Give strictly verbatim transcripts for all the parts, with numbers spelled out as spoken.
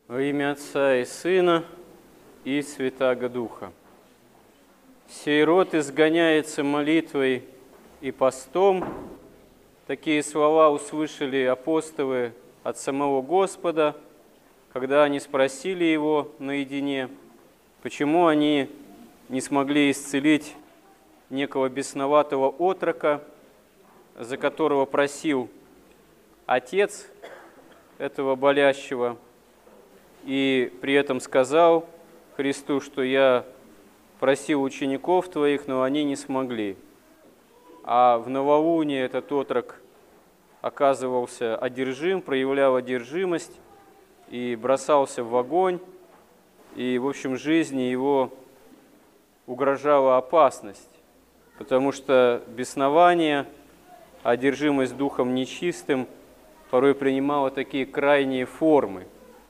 Во имя Отца и Сына и Святаго Духа. Сей род изгоняется молитвой и постом. Такие слова услышали апостолы от самого Господа, когда они спросили Его наедине, почему они не смогли исцелить некого бесноватого отрока, за которого просил отец этого болящего, и при этом сказал Христу, что я просил учеников твоих, но они не смогли. А в новолуние этот отрок оказывался одержим, проявлял одержимость и бросался в огонь, и, в общем, жизни его угрожала опасность, потому что беснование, одержимость духом нечистым порой принимала такие крайние формы.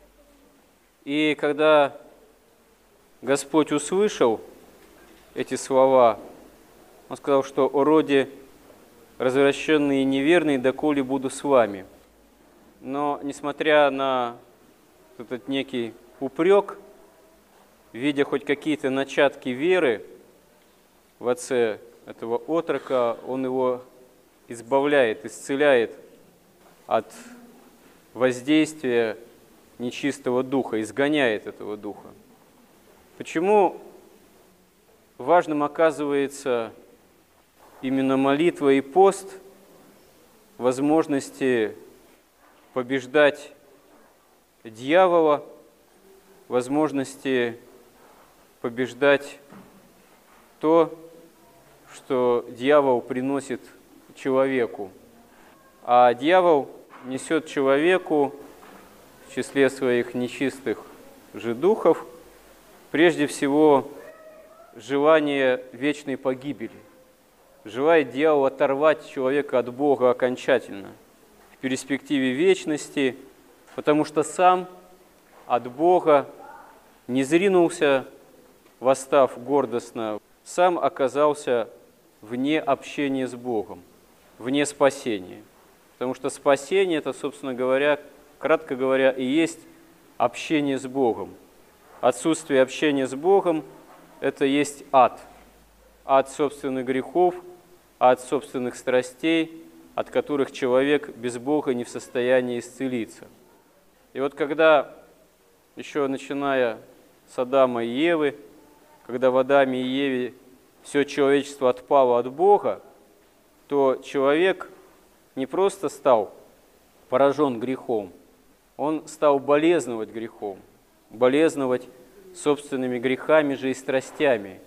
И когда Господь услышал эти слова, Он сказал, что «О роде развращенный и неверный, доколе буду с вами». Но, несмотря на этот некий упрек, видя хоть какие-то начатки веры в отце этого отрока, Он его избавляет, исцеляет от воздействия нечистого духа, изгоняет этого духа. Почему важным оказывается именно молитва и пост, возможности побеждать дьявола, возможности побеждать то, что дьявол приносит человеку. А дьявол несет человеку в числе своих нечистых же духов прежде всего желание вечной погибели. Желает дьявол оторвать человека от Бога окончательно в перспективе вечности, потому что сам от Бога не зринулся, восстав гордостно, сам оказался вне общения с Богом, вне спасения. Потому что спасение – это, собственно говоря, кратко говоря, и есть общение с Богом. Отсутствие общения с Богом – это есть ад. Ад собственных грехов, ад собственных страстей, от которых человек без Бога не в состоянии исцелиться. И вот когда, еще начиная с Адама и Евы, когда в Адаме и Еве все человечество отпало от Бога, то человек не просто стал поражен грехом, он стал болезновать грехом, болезновать собственными грехами же и страстями.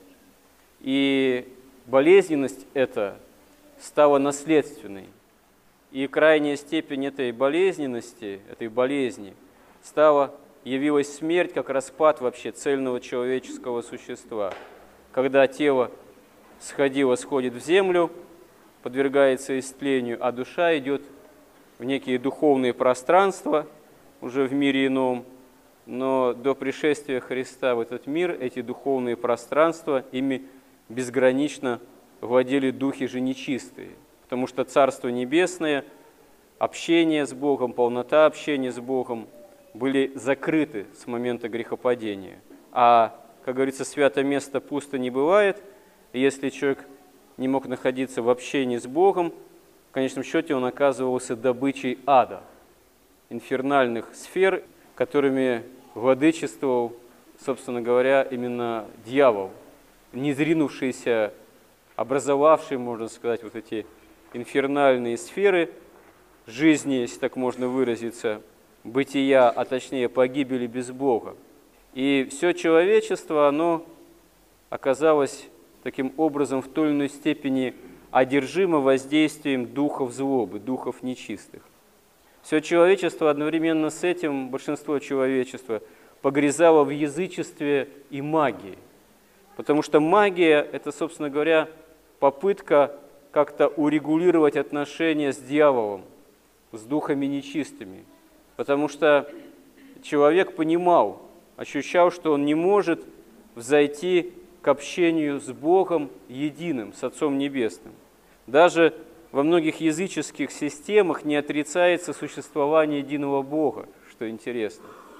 И болезненность эта стала наследственной. И крайняя степень этой болезненности, этой болезни, стала, явилась смерть как распад вообще цельного человеческого существа. Когда тело сходило, сходит в землю, подвергается истлению, а душа идет в некие духовные пространства, уже в мире ином, но до пришествия Христа в этот мир эти духовные пространства, ими безгранично владели духи же нечистые, потому что Царство Небесное, общение с Богом, полнота общения с Богом были закрыты с момента грехопадения. А, как говорится, свято место пусто не бывает, и если человек не мог находиться в общении с Богом, в конечном счете он оказывался добычей ада, инфернальных сфер, которыми владычествовал, собственно говоря, именно дьявол, не зринувшийся, образовавший, можно сказать, вот эти инфернальные сферы жизни, если так можно выразиться, бытия, а точнее погибели без Бога. И все человечество, оно оказалось таким образом в той или иной степени одержимо воздействием духов злобы, духов нечистых. Все человечество одновременно с этим, большинство человечества, погрязало в язычестве и магии. Потому что магия – это, собственно говоря, попытка как-то урегулировать отношения с дьяволом, с духами нечистыми. Потому что человек понимал, ощущал, что он не может взойти к общению с Богом единым, с Отцом Небесным. Даже во многих языческих системах не отрицается существование единого Бога, что интересно.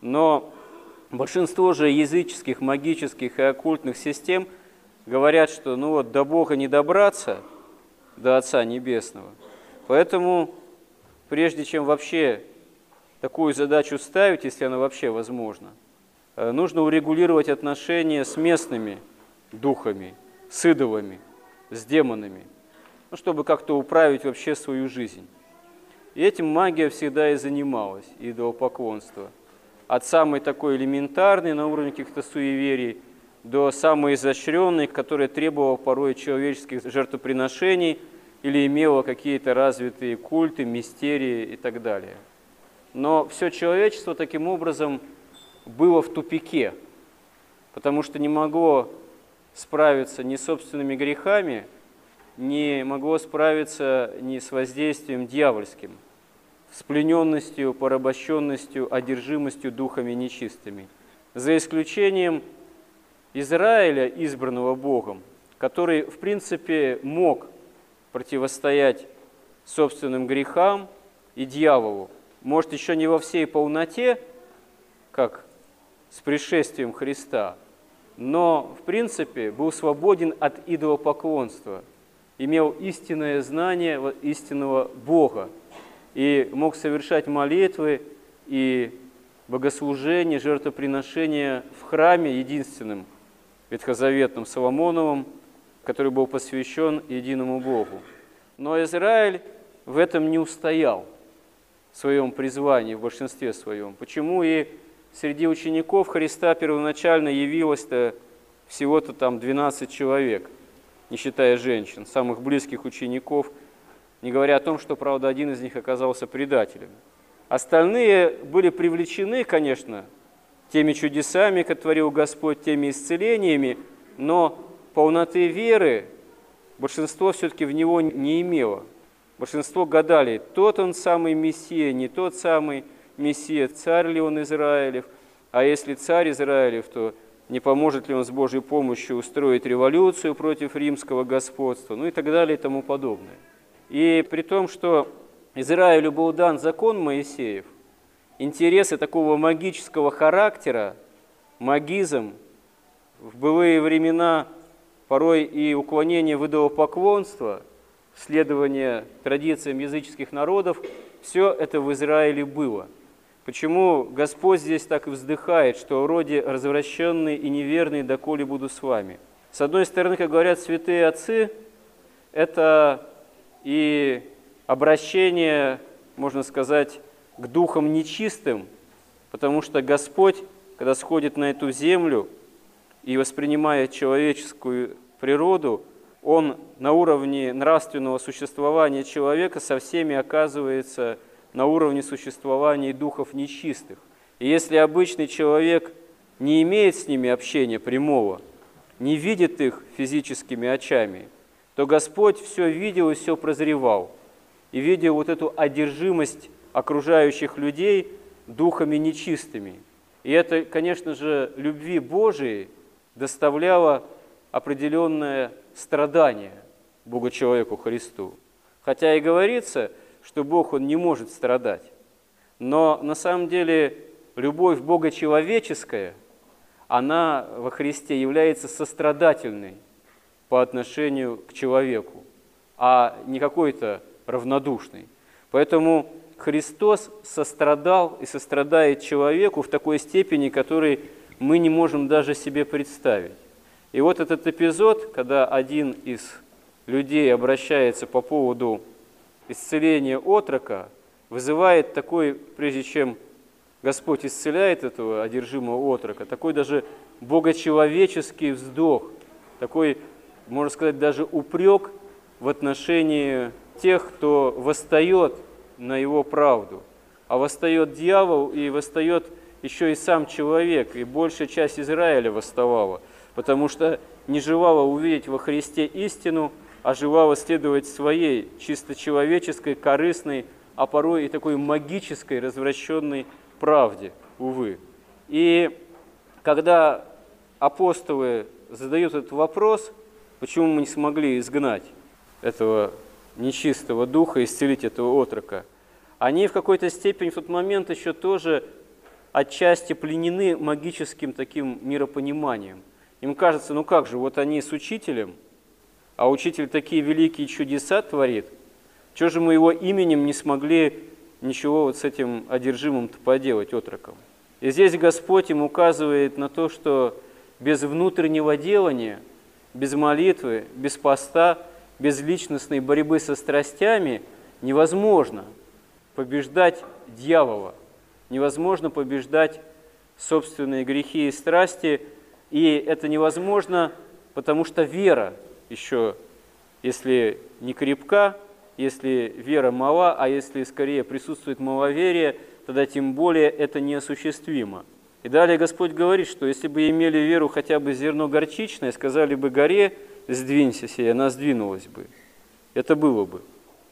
Но большинство же языческих, магических и оккультных систем говорят, что ну вот до Бога не добраться, до Отца Небесного. Поэтому, прежде чем вообще такую задачу ставить, если она вообще возможна, нужно урегулировать отношения с местными духами, с идолами, с демонами, ну, чтобы как-то управить вообще свою жизнь. И этим магия всегда и занималась, идолопоклонство. От самой такой элементарной, на уровне каких-то суеверий, до самой изощренной, которая требовала порой человеческих жертвоприношений или имела какие-то развитые культы, мистерии и так далее. Но все человечество таким образом было в тупике, потому что не могло справиться ни с собственными грехами, не могло справиться ни с воздействием дьявольским, с плененностью, порабощенностью, одержимостью духами нечистыми. За исключением Израиля, избранного Богом, который, в принципе, мог противостоять собственным грехам и дьяволу. Может, еще не во всей полноте, как с пришествием Христа, но, в принципе, был свободен от идолопоклонства, имел истинное знание истинного Бога и мог совершать молитвы и богослужения, жертвоприношения в храме единственном, ветхозаветном, Соломоновом, который был посвящен единому Богу. Но Израиль в этом не устоял, в своем призвании, в большинстве своем. Почему и среди учеников Христа первоначально явилось-то всего-то там двенадцать человек, не считая женщин, самых близких учеников, не говоря о том, что, правда, один из них оказался предателем. Остальные были привлечены, конечно, теми чудесами, которые творил Господь, теми исцелениями, но полноты веры большинство все-таки в Него не имело. Большинство гадали, тот он самый Мессия, не тот самый Мессия, царь ли он Израилев, а если царь Израилев, то не поможет ли он с Божьей помощью устроить революцию против римского господства, ну и так далее и тому подобное. И при том, что Израилю был дан закон Моисеев, интересы такого магического характера, магизм, в былые времена порой и уклонение в идолопоклонство, следование традициям языческих народов, все это в Израиле было. Почему Господь здесь так и вздыхает, что вроде развращенные и неверные, доколе буду с вами? С одной стороны, как говорят святые отцы, это и обращение, можно сказать, к духам нечистым, потому что Господь, когда сходит на эту землю и воспринимает человеческую природу, Он на уровне нравственного существования человека со всеми оказывается на уровне существования духов нечистых. И если обычный человек не имеет с ними общения прямого, не видит их физическими очами, то Господь все видел и все прозревал, и видел вот эту одержимость окружающих людей духами нечистыми. И это, конечно же, любви Божией доставляло определенное страдание Богу-человеку Христу. Хотя и говорится, что Бог, Он не может страдать. Но на самом деле любовь Бога человеческая, она во Христе является сострадательной по отношению к человеку, а не какой-то равнодушной. Поэтому Христос сострадал и сострадает человеку в такой степени, которой мы не можем даже себе представить. И вот этот эпизод, когда один из людей обращается по поводу исцеления отрока, вызывает такой, прежде чем Господь исцеляет этого одержимого отрока, такой даже богочеловеческий вздох, такой, можно сказать, даже упрек в отношении тех, кто восстает на его правду. А восстает дьявол, и восстает еще и сам человек, и большая часть Израиля восставала, потому что не желала увидеть во Христе истину, а желала следовать своей чисто человеческой, корыстной, а порой и такой магической, развращенной правде, увы. И когда апостолы задают этот вопрос, почему мы не смогли изгнать этого нечистого духа, исцелить этого отрока, они в какой-то степени в тот момент еще тоже отчасти пленены магическим таким миропониманием. Им кажется, ну как же, вот они с учителем, а учитель такие великие чудеса творит, чего же мы его именем не смогли ничего вот с этим одержимым-то поделать, отроком? И здесь Господь им указывает на то, что без внутреннего делания, без молитвы, без поста, без личностной борьбы со страстями невозможно побеждать дьявола, невозможно побеждать собственные грехи и страсти, и это невозможно, потому что вера еще, если не крепка, если вера мала, а если скорее присутствует маловерие, тогда тем более это неосуществимо. И далее Господь говорит, что если бы имели веру хотя бы зерно горчичное, сказали бы горе, сдвинься сей, она сдвинулась бы. Это было бы.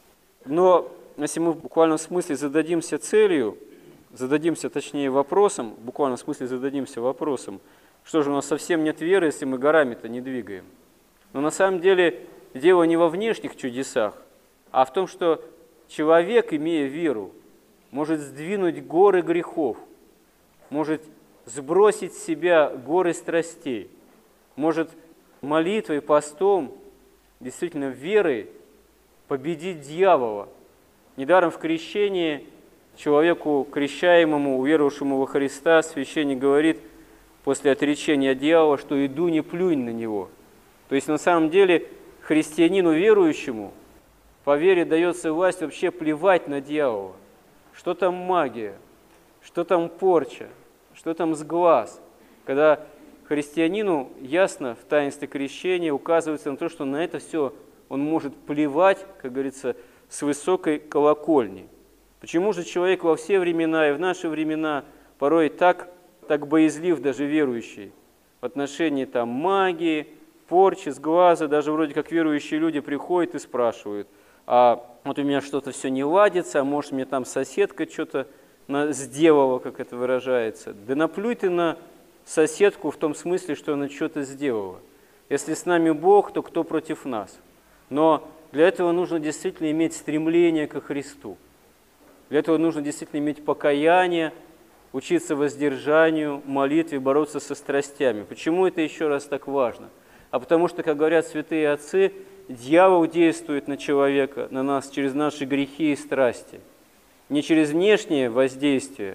Но если мы в буквальном смысле зададимся целью, зададимся точнее вопросом, в буквальном смысле зададимся вопросом, что же у нас совсем нет веры, если мы горами-то не двигаем. Но на самом деле дело не во внешних чудесах, а в том, что человек, имея веру, может сдвинуть горы грехов, может сбросить с себя горы страстей, может молитвой, постом, действительно верой победить дьявола. Недаром в крещении человеку, крещаемому, уверовавшему во Христа, священник говорит после отречения дьявола, что «иду, не плюнь на него». То есть на самом деле христианину верующему по вере дается власть вообще плевать на дьявола. Что там магия, что там порча, что там сглаз. Когда христианину ясно в таинстве крещения указывается на то, что на это все он может плевать, как говорится, с высокой колокольни. Почему же человек во все времена и в наши времена порой так, так боязлив, даже верующий, в отношении там магии, порчи, сглаза, даже вроде как верующие люди приходят и спрашивают, а вот у меня что-то все не ладится, а может мне там соседка что-то сделала, как это выражается. Да наплюй ты на соседку в том смысле, что она что-то сделала. Если с нами Бог, то кто против нас? Но для этого нужно действительно иметь стремление ко Христу. Для этого нужно действительно иметь покаяние, учиться воздержанию, молитве, бороться со страстями. Почему это еще раз так важно? А потому что, как говорят святые отцы, дьявол действует на человека, на нас через наши грехи и страсти. Не через внешнее воздействие,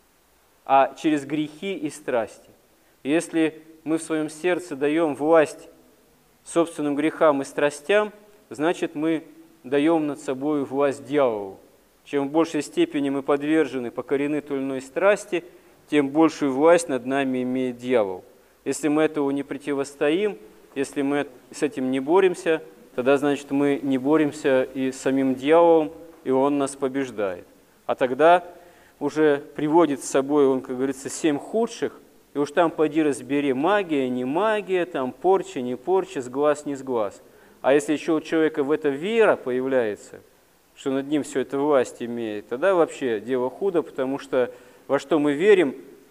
а через грехи и страсти. И если мы в своем сердце даем власть собственным грехам и страстям, значит, мы даем над собой власть дьяволу. Чем в большей степени мы подвержены, покорены той или иной страсти, тем большую власть над нами имеет дьявол. Если мы этому не противостоим, если мы с этим не боремся, тогда, значит, мы не боремся и с самим дьяволом, и он нас побеждает. А тогда уже приводит с собой, он, как говорится, семь худших, и уж там поди разбери, магия, не магия, там порча, не порча, сглаз, не сглаз. А если еще у человека в это вера появляется, что над ним все это власть имеет, тогда вообще дело худо, потому что во что мы верим,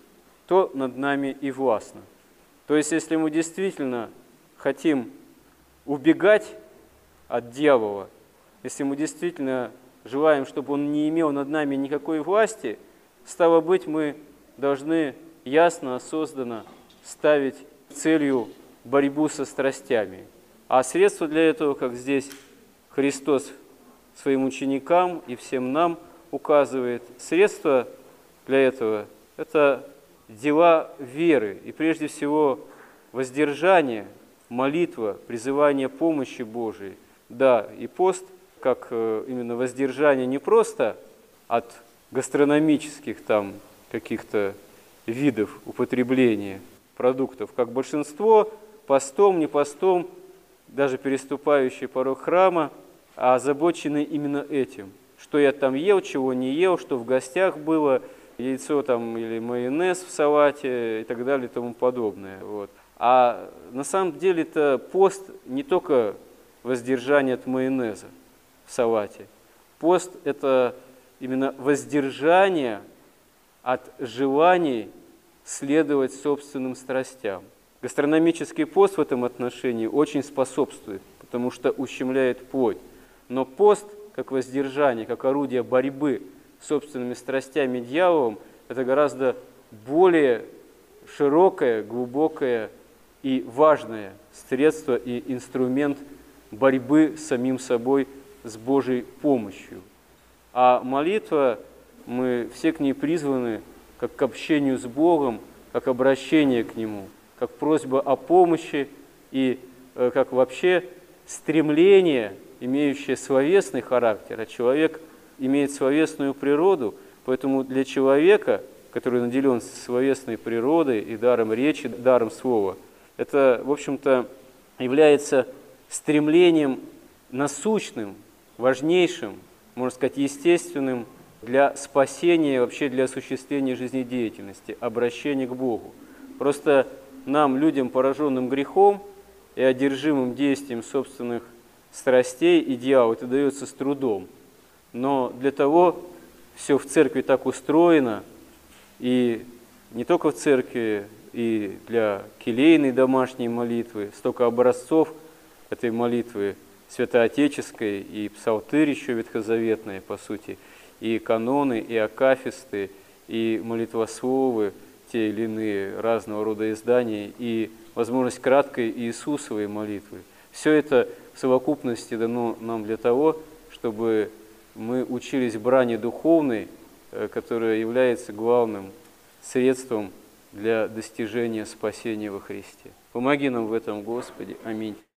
то над нами и властно. То есть, если мы действительно хотим убегать от дьявола, если мы действительно желаем, чтобы он не имел над нами никакой власти, стало быть, мы должны ясно, осознанно ставить целью борьбу со страстями. А средство для этого, как здесь Христос своим ученикам и всем нам указывает, средство для этого – это дела веры, и прежде всего воздержание, молитва, призывание помощи Божией. Да, и пост, как именно воздержание не просто от гастрономических там каких-то видов употребления продуктов, как большинство, постом, не постом, даже переступающие порог храма, а озабочены именно этим. Что я там ел, чего не ел, что в гостях было, яйцо там или майонез в салате и так далее и тому подобное. Вот. А на самом деле это пост не только воздержание от майонеза в салате. Пост – это именно воздержание от желаний следовать собственным страстям. Гастрономический пост в этом отношении очень способствует, потому что ущемляет плоть. Но пост, как воздержание, как орудие борьбы с собственными страстями и дьяволом, это гораздо более широкое, глубокое и важное средство и инструмент борьбы с самим собой с Божьей помощью. А молитва, мы все к ней призваны как к общению с Богом, как обращение к Нему, как просьба о помощи и э, как вообще стремление, имеющее словесный характер, а человек имеет словесную природу, поэтому для человека, который наделен словесной природой и даром речи, даром слова, это, в общем-то, является стремлением насущным, важнейшим, можно сказать, естественным для спасения, вообще для осуществления жизнедеятельности, обращения к Богу. Просто нам, людям, пораженным грехом и одержимым действием собственных страстей и дьявола, это дается с трудом. Но для того все в церкви так устроено, и не только в церкви, и для келейной домашней молитвы, столько образцов этой молитвы святоотеческой, и псалтырь еще ветхозаветная, по сути, и каноны, и акафисты, и молитвословы, те или иные разного рода издания, и возможность краткой Иисусовой молитвы. Все это в совокупности дано нам для того, чтобы мы учились брани духовной, которая является главным средством для достижения спасения во Христе. Помоги нам в этом, Господи. Аминь.